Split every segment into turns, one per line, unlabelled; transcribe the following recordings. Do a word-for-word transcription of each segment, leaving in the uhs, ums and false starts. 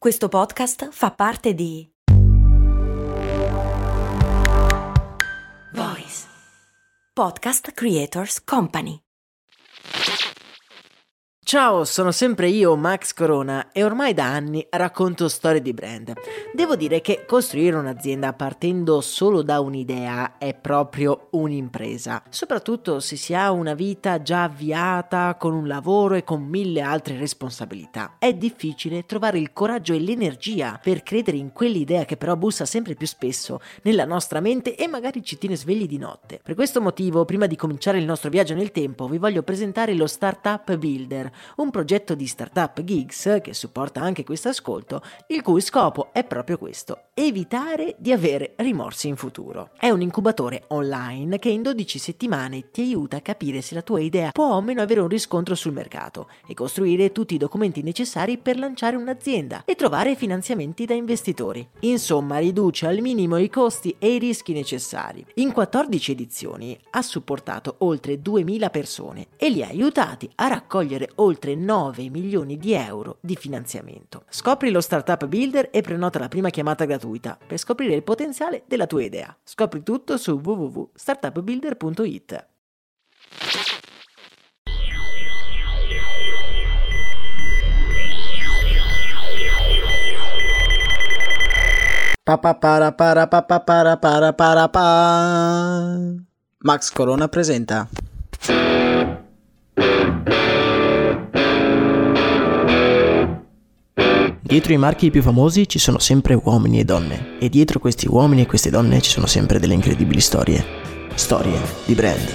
Questo podcast fa parte di Voice Podcast Creators Company.
Ciao, sono sempre io, Max Corona, e ormai da anni racconto storie di brand. Devo dire che costruire un'azienda partendo solo da un'idea è proprio un'impresa, soprattutto se si ha una vita già avviata con un lavoro e con mille altre responsabilità. È difficile trovare il coraggio e l'energia per credere in quell'idea che però bussa sempre più spesso nella nostra mente e magari ci tiene svegli di notte. Per questo motivo, prima di cominciare il nostro viaggio nel tempo, vi voglio presentare lo Startup Builder, un progetto di Startup Geeks che supporta anche questo ascolto, il cui scopo è proprio questo: evitare di avere rimorsi in futuro. È un incubatore online che in dodici settimane ti aiuta a capire se la tua idea può o meno avere un riscontro sul mercato e costruire tutti i documenti necessari per lanciare un'azienda e trovare finanziamenti da investitori. Insomma, riduce al minimo i costi e i rischi necessari. In quattordici edizioni ha supportato oltre duemila persone e li ha aiutati a raccogliere oltre nove milioni di euro di finanziamento. Scopri lo Startup Builder e prenota la prima chiamata gratuita per scoprire il potenziale della tua idea. Scopri tutto su w w w punto startup builder punto i t. Pa pa para para pa pa para para para pa. Max Corona presenta. Dietro i marchi più famosi ci sono sempre uomini e donne, e dietro questi uomini e queste donne ci sono sempre delle incredibili storie. Storie di brand.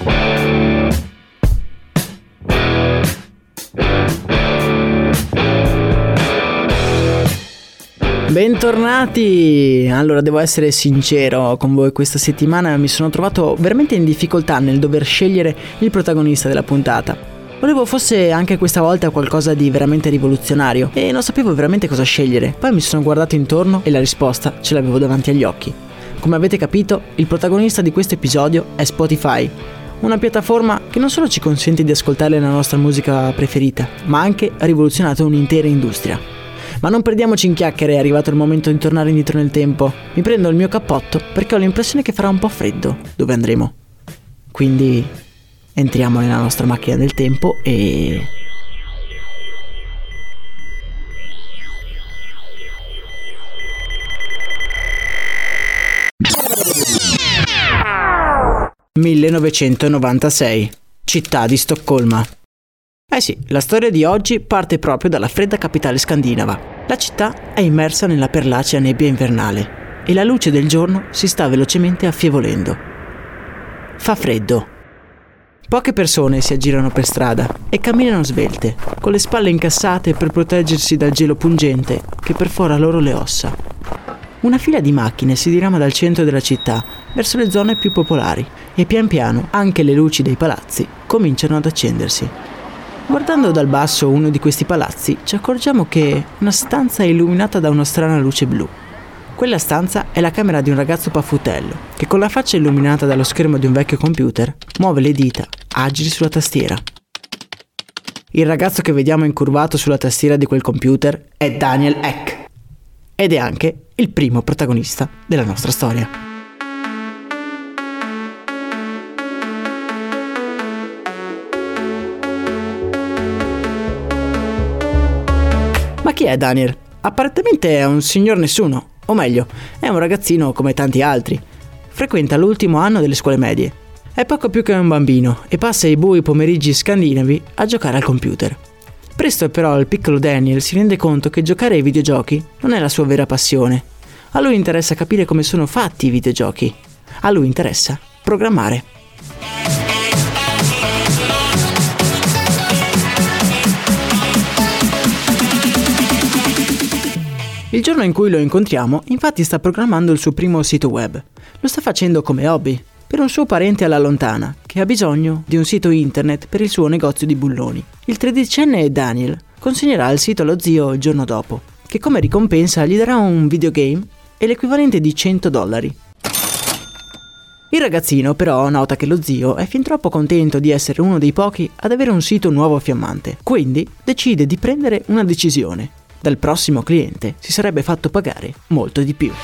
Bentornati! Allora, devo essere sincero con voi, questa settimana mi sono trovato veramente in difficoltà nel dover scegliere il protagonista della puntata. Volevo fosse anche questa volta qualcosa di veramente rivoluzionario e non sapevo veramente cosa scegliere. Poi mi sono guardato intorno e la risposta ce l'avevo davanti agli occhi. Come avete capito, il protagonista di questo episodio è Spotify, una piattaforma che non solo ci consente di ascoltare la nostra musica preferita, ma anche ha rivoluzionato un'intera industria. Ma non perdiamoci in chiacchiere, è arrivato il momento di tornare indietro nel tempo. Mi prendo il mio cappotto perché ho l'impressione che farà un po' freddo dove andremo. Quindi entriamo nella nostra macchina del tempo e... millenovecentonovantasei, città di Stoccolma. Eh sì, la storia di oggi parte proprio dalla fredda capitale scandinava. La città è immersa nella perlacea nebbia invernale e la luce del giorno si sta velocemente affievolendo. Fa freddo. Poche persone si aggirano per strada e camminano svelte, con le spalle incassate per proteggersi dal gelo pungente che perfora loro le ossa. Una fila di macchine si dirama dal centro della città verso le zone più popolari e pian piano anche le luci dei palazzi cominciano ad accendersi. Guardando dal basso uno di questi palazzi ci accorgiamo che una stanza è illuminata da una strana luce blu. Quella stanza è la camera di un ragazzo paffutello che con la faccia illuminata dallo schermo di un vecchio computer muove le dita agili sulla tastiera. Il ragazzo che vediamo incurvato sulla tastiera di quel computer è Daniel Ek ed è anche il primo protagonista della nostra storia. Ma chi è Daniel? Apparentemente è un signor nessuno, o meglio, è un ragazzino come tanti altri. Frequenta l'ultimo anno delle scuole medie. È poco più che un bambino e passa i bui pomeriggi scandinavi a giocare al computer. Presto però il piccolo Daniel si rende conto che giocare ai videogiochi non è la sua vera passione. A lui interessa capire come sono fatti i videogiochi. A lui interessa programmare. Il giorno in cui lo incontriamo, infatti, sta programmando il suo primo sito web. Lo sta facendo come hobby, per un suo parente alla lontana, che ha bisogno di un sito internet per il suo negozio di bulloni. Il tredicenne Daniel consegnerà il sito allo zio il giorno dopo, che come ricompensa gli darà un videogame e l'equivalente di cento dollari. Il ragazzino però nota che lo zio è fin troppo contento di essere uno dei pochi ad avere un sito nuovo fiammante, quindi decide di prendere una decisione. dal prossimo cliente si sarebbe fatto pagare molto di più.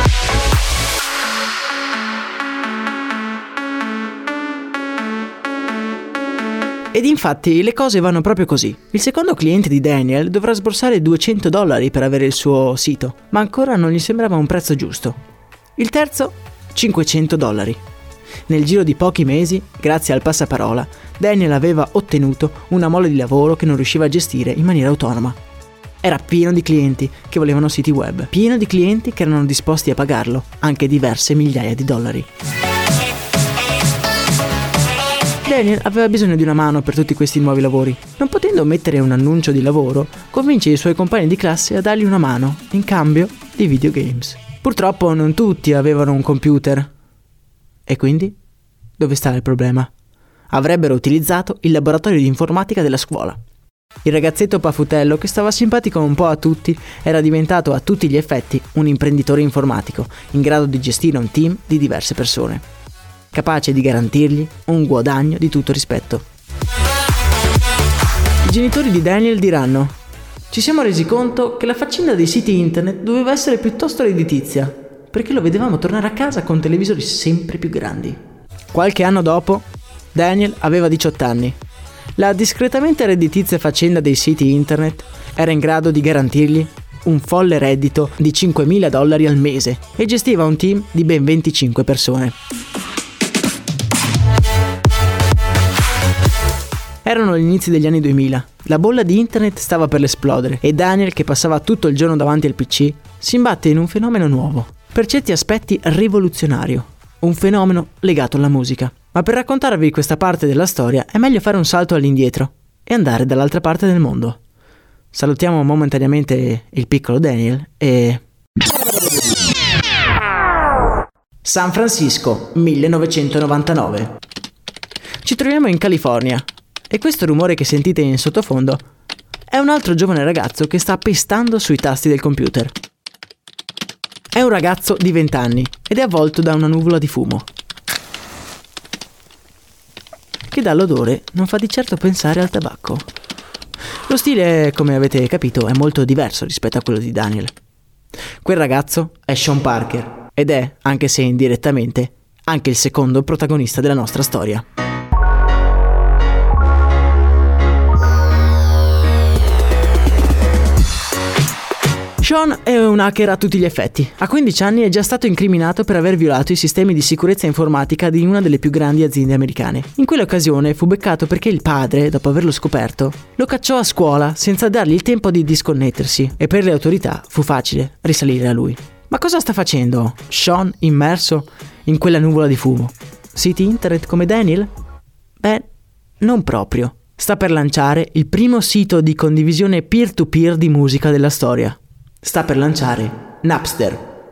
Ed infatti le cose vanno proprio così. Il secondo cliente di Daniel dovrà sborsare duecento dollari per avere il suo sito, ma ancora non gli sembrava un prezzo giusto. Il terzo, cinquecento dollari. Nel giro di pochi mesi, grazie al passaparola, Daniel aveva ottenuto una mole di lavoro che non riusciva a gestire in maniera autonoma. Era pieno di clienti che volevano siti web, pieno di clienti che erano disposti a pagarlo, anche diverse migliaia di dollari. Daniel aveva bisogno di una mano per tutti questi nuovi lavori. Non potendo mettere un annuncio di lavoro, convince i suoi compagni di classe a dargli una mano in cambio di videogames. Purtroppo non tutti avevano un computer. E quindi? Dove sta il problema? Avrebbero utilizzato il laboratorio di informatica della scuola. Il ragazzetto paffutello, che stava simpatico un po' a tutti, era diventato a tutti gli effetti un imprenditore informatico, in grado di gestire un team di diverse persone, capace di garantirgli un guadagno di tutto rispetto. I genitori di Daniel diranno: ci siamo resi conto che la faccenda dei siti internet doveva essere piuttosto redditizia, perché lo vedevamo tornare a casa con televisori sempre più grandi. Qualche anno dopo, Daniel aveva diciotto anni. La discretamente redditizia faccenda dei siti internet era in grado di garantirgli un folle reddito di cinquemila dollari al mese e gestiva un team di ben venticinque persone. Erano gli inizi degli anni duemila, la bolla di internet stava per esplodere e Daniel, che passava tutto il giorno davanti al P C, si imbatte in un fenomeno nuovo, per certi aspetti rivoluzionario, un fenomeno legato alla musica. Ma per raccontarvi questa parte della storia è meglio fare un salto all'indietro e andare dall'altra parte del mondo. Salutiamo momentaneamente il piccolo Daniel e... San Francisco, millenovecentonovantanove. Ci troviamo in California. E questo rumore che sentite in sottofondo è un altro giovane ragazzo che sta pestando sui tasti del computer. È un ragazzo di venti anni ed è avvolto da una nuvola di fumo, che dall'odore non fa di certo pensare al tabacco. Lo stile, come avete capito, è molto diverso rispetto a quello di Daniel. Quel ragazzo è Sean Parker ed è, anche se indirettamente, anche il secondo protagonista della nostra storia. Sean è un hacker a tutti gli effetti. A quindici anni è già stato incriminato per aver violato i sistemi di sicurezza informatica di una delle più grandi aziende americane. In quell'occasione fu beccato perché il padre, dopo averlo scoperto, lo cacciò a scuola senza dargli il tempo di disconnettersi e per le autorità fu facile risalire a lui. Ma cosa sta facendo Sean immerso in quella nuvola di fumo? Siti internet come Daniel? Beh, non proprio. Sta per lanciare il primo sito di condivisione peer-to-peer di musica della storia. Sta per lanciare Napster.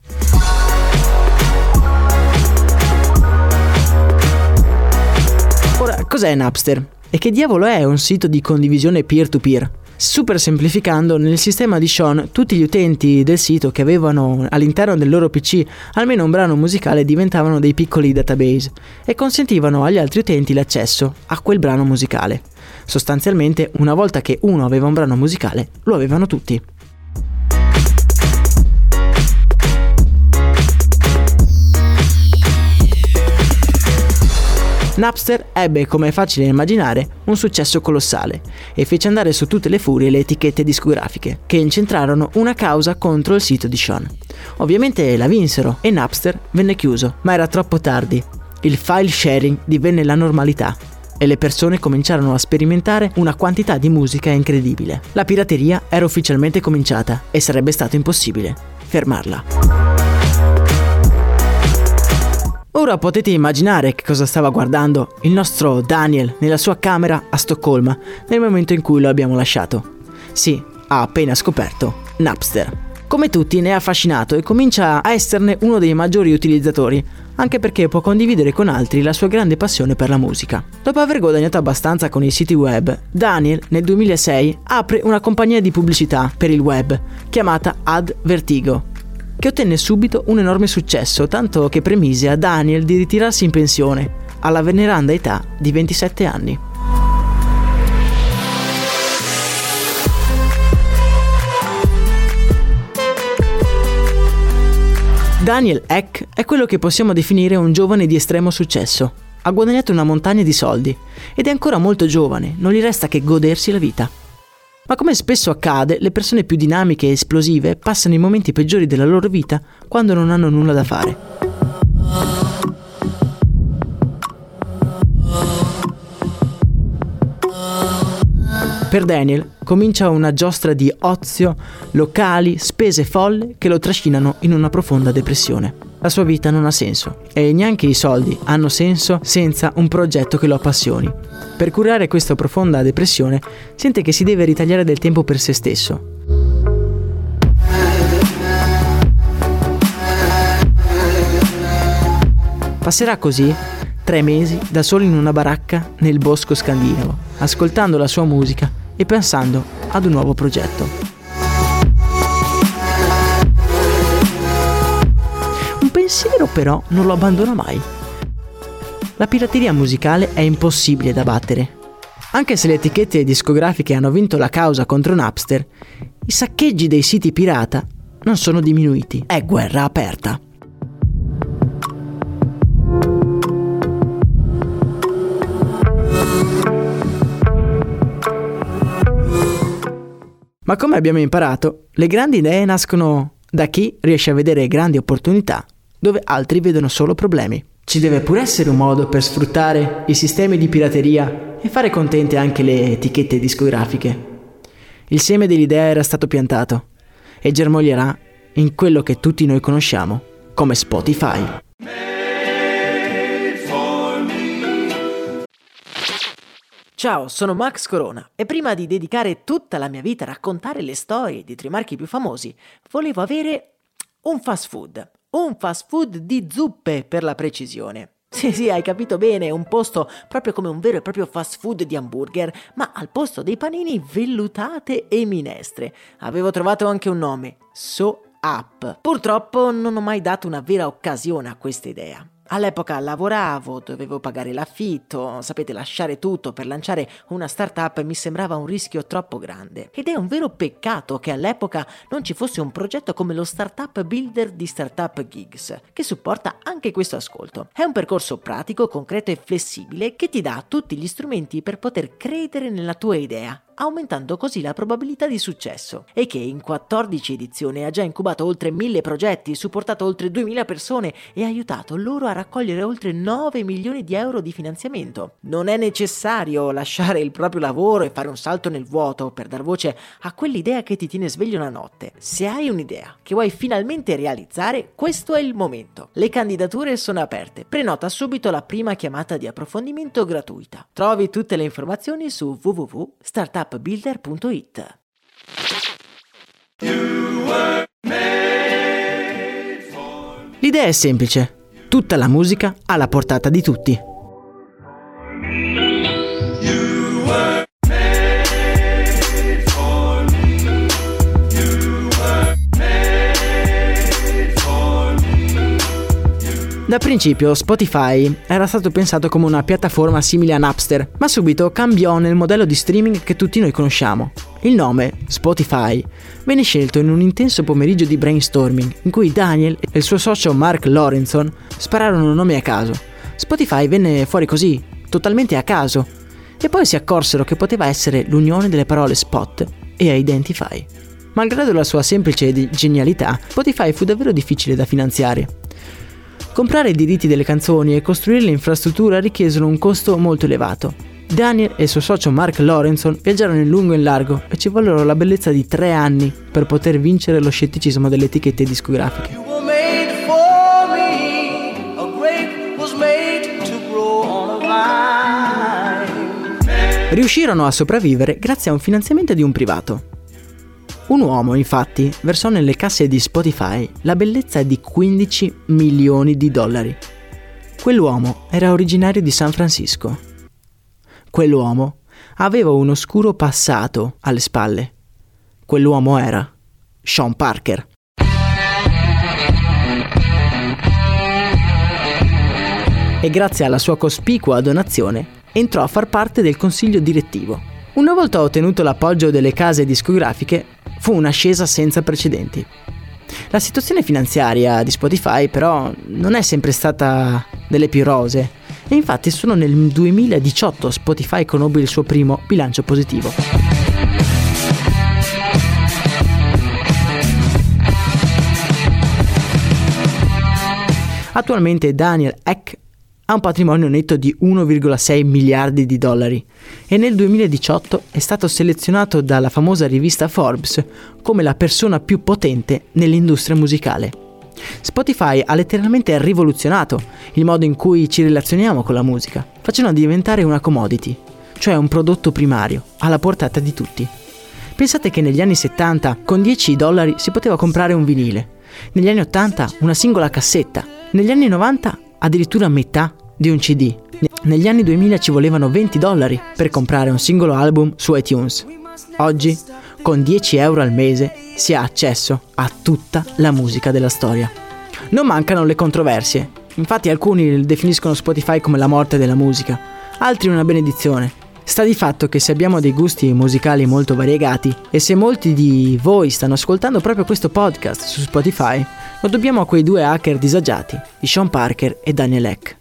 Ora, cos'è Napster? E che diavolo è un sito di condivisione peer-to-peer? Super semplificando, nel sistema di Sean, tutti gli utenti del sito che avevano all'interno del loro P C almeno un brano musicale diventavano dei piccoli database e consentivano agli altri utenti l'accesso a quel brano musicale. Sostanzialmente, una volta che uno aveva un brano musicale, lo avevano tutti. Napster ebbe, come è facile immaginare, un successo colossale e fece andare su tutte le furie le etichette discografiche, che incentrarono una causa contro il sito di Sean. Ovviamente la vinsero e Napster venne chiuso, ma era troppo tardi. Il file sharing divenne la normalità e le persone cominciarono a sperimentare una quantità di musica incredibile. La pirateria era ufficialmente cominciata e sarebbe stato impossibile fermarla. Ora potete immaginare che cosa stava guardando il nostro Daniel nella sua camera a Stoccolma nel momento in cui lo abbiamo lasciato. Sì, ha appena scoperto Napster. Come tutti ne è affascinato e comincia a esserne uno dei maggiori utilizzatori, anche perché può condividere con altri la sua grande passione per la musica. Dopo aver guadagnato abbastanza con i siti web, Daniel nel duemilasei apre una compagnia di pubblicità per il web chiamata AdVertigo, che ottenne subito un enorme successo, tanto che permise a Daniel di ritirarsi in pensione alla veneranda età di ventisette anni.
Daniel Ek è quello che possiamo definire un giovane di estremo successo. Ha guadagnato una montagna di soldi ed è ancora molto giovane, non gli resta che godersi la vita. Ma come spesso accade, le persone più dinamiche e esplosive passano i momenti peggiori della loro vita quando non hanno nulla da fare. Per Daniel comincia una giostra di ozio, locali, spese folle che lo trascinano in una profonda depressione. La sua vita non ha senso e neanche i soldi hanno senso senza un progetto che lo appassioni. Per curare questa profonda depressione sente che si deve ritagliare del tempo per se stesso. Passerà così tre mesi da solo in una baracca nel bosco scandinavo, ascoltando la sua musica e pensando ad un nuovo progetto. Un pensiero però non lo abbandona mai. La pirateria musicale è impossibile da battere. Anche se le etichette discografiche hanno vinto la causa contro Napster, i saccheggi dei siti pirata non sono diminuiti. È guerra aperta. Ma come abbiamo imparato, le grandi idee nascono da chi riesce a vedere grandi opportunità dove altri vedono solo problemi. Ci deve pure essere un modo per sfruttare i sistemi di pirateria e fare contente anche le etichette discografiche. Il seme dell'idea era stato piantato e germoglierà in quello che tutti noi conosciamo come Spotify.
Ciao, sono Max Corona e prima di dedicare tutta la mia vita a raccontare le storie di tre marchi più famosi, volevo avere un fast food, un fast food di zuppe per la precisione. Sì, sì, hai capito bene, un posto proprio come un vero e proprio fast food di hamburger, ma al posto dei panini vellutate e minestre. Avevo trovato anche un nome, So Up. Purtroppo non ho mai dato una vera occasione a questa idea. All'epoca lavoravo, dovevo pagare l'affitto, sapete, lasciare tutto per lanciare una startup mi sembrava un rischio troppo grande. Ed è un vero peccato che all'epoca non ci fosse un progetto come lo Startup Builder di Startup Gigs, che supporta anche questo ascolto. È un percorso pratico, concreto e flessibile che ti dà tutti gli strumenti per poter credere nella tua idea, aumentando così la probabilità di successo, e che in quattordici edizioni ha già incubato oltre mille progetti, supportato oltre duemila persone e aiutato loro a raccogliere oltre nove milioni di euro di finanziamento. Non è necessario lasciare il proprio lavoro e fare un salto nel vuoto per dar voce a quell'idea che ti tiene sveglio la notte. Se hai un'idea che vuoi finalmente realizzare, questo è il momento. Le candidature sono aperte. Prenota subito la prima chiamata di approfondimento gratuita. Trovi tutte le informazioni su w w w punto startup builder punto it.
L'idea è semplice. Tutta la musica alla portata di tutti. Da principio Spotify era stato pensato come una piattaforma simile a Napster, ma subito cambiò nel modello di streaming che tutti noi conosciamo. Il nome, Spotify, venne scelto in un intenso pomeriggio di brainstorming in cui Daniel e il suo socio Mark Lawrenson spararono un nome a caso. Spotify venne fuori così, totalmente a caso, e poi si accorsero che poteva essere l'unione delle parole spot e identify. Malgrado la sua semplice genialità, Spotify fu davvero difficile da finanziare. Comprare i diritti delle canzoni e costruire l'infrastruttura richiesero un costo molto elevato. Daniel e il suo socio Mark Lawrenson viaggiarono in lungo e in largo e ci vollero la bellezza di tre anni per poter vincere lo scetticismo delle etichette discografiche. Riuscirono a sopravvivere grazie a un finanziamento di un privato. Un uomo, infatti, versò nelle casse di Spotify la bellezza di quindici milioni di dollari. Quell'uomo era originario di San Francisco. Quell'uomo aveva un oscuro passato alle spalle. Quell'uomo era Sean Parker. E grazie alla sua cospicua donazione entrò a far parte del consiglio direttivo. Una volta ottenuto l'appoggio delle case discografiche, fu un'ascesa senza precedenti. La situazione finanziaria di Spotify però non è sempre stata delle più rose e infatti solo nel duemiladiciotto Spotify conobbe il suo primo bilancio positivo. Attualmente Daniel Ek ha un patrimonio netto di uno virgola sei miliardi di dollari e nel duemiladiciotto è stato selezionato dalla famosa rivista Forbes come la persona più potente nell'industria musicale. Spotify ha letteralmente rivoluzionato il modo in cui ci relazioniamo con la musica, facendola diventare una commodity, cioè un prodotto primario, alla portata di tutti. Pensate che negli anni settanta con dieci dollari si poteva comprare un vinile, negli anni ottanta una singola cassetta, negli anni novanta addirittura metà di un C D. Negli anni duemila ci volevano venti dollari per comprare un singolo album su iTunes. Oggi, con dieci euro al mese, si ha accesso a tutta la musica della storia. Non mancano le controversie. Infatti alcuni definiscono Spotify come la morte della musica, altri una benedizione. Sta di fatto che se abbiamo dei gusti musicali molto variegati e se molti di voi stanno ascoltando proprio questo podcast su Spotify, lo dobbiamo a quei due hacker disagiati, di Sean Parker e Daniel Ek.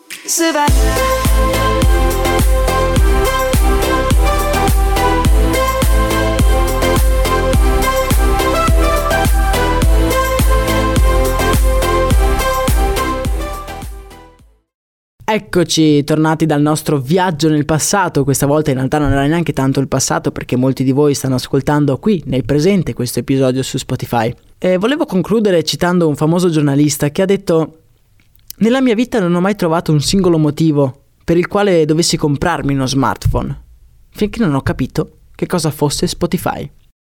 Eccoci tornati dal nostro viaggio nel passato. Questa volta in realtà non era neanche tanto il passato, perché molti di voi stanno ascoltando qui nel presente questo episodio su Spotify. E volevo concludere citando un famoso giornalista che ha detto: nella mia vita non ho mai trovato un singolo motivo per il quale dovessi comprarmi uno smartphone, finché non ho capito che cosa fosse Spotify.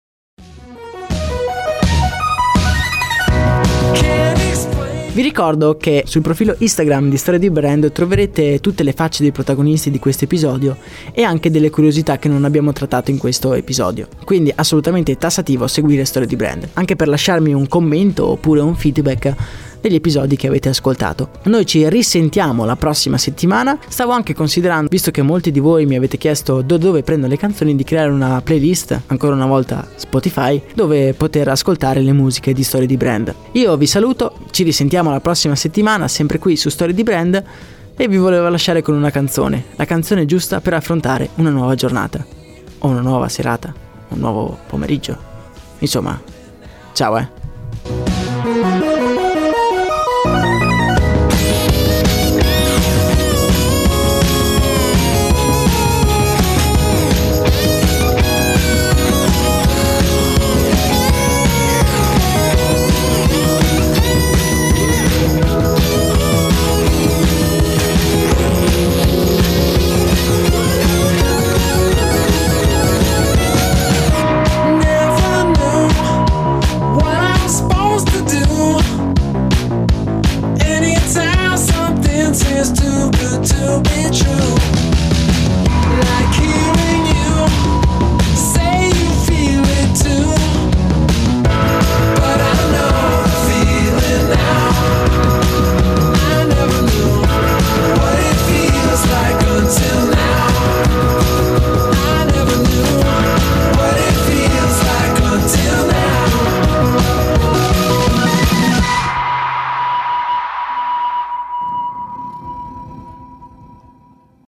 Vi ricordo che sul profilo Instagram di Storie di Brand troverete tutte le facce dei protagonisti di questo episodio e anche delle curiosità che non abbiamo trattato in questo episodio. Quindi assolutamente tassativo seguire Storie di Brand, anche per lasciarmi un commento oppure un feedback degli episodi che avete ascoltato. Noi ci risentiamo la prossima settimana. Stavo anche considerando, visto che molti di voi mi avete chiesto da dove prendo le canzoni, di creare una playlist, ancora una volta Spotify, dove poter ascoltare le musiche di Storie di Brand. Io vi saluto, ci risentiamo la prossima settimana, sempre qui su Storie di Brand, e vi volevo lasciare con una canzone, la canzone giusta per affrontare una nuova giornata, o una nuova serata, un nuovo pomeriggio. Insomma, ciao eh!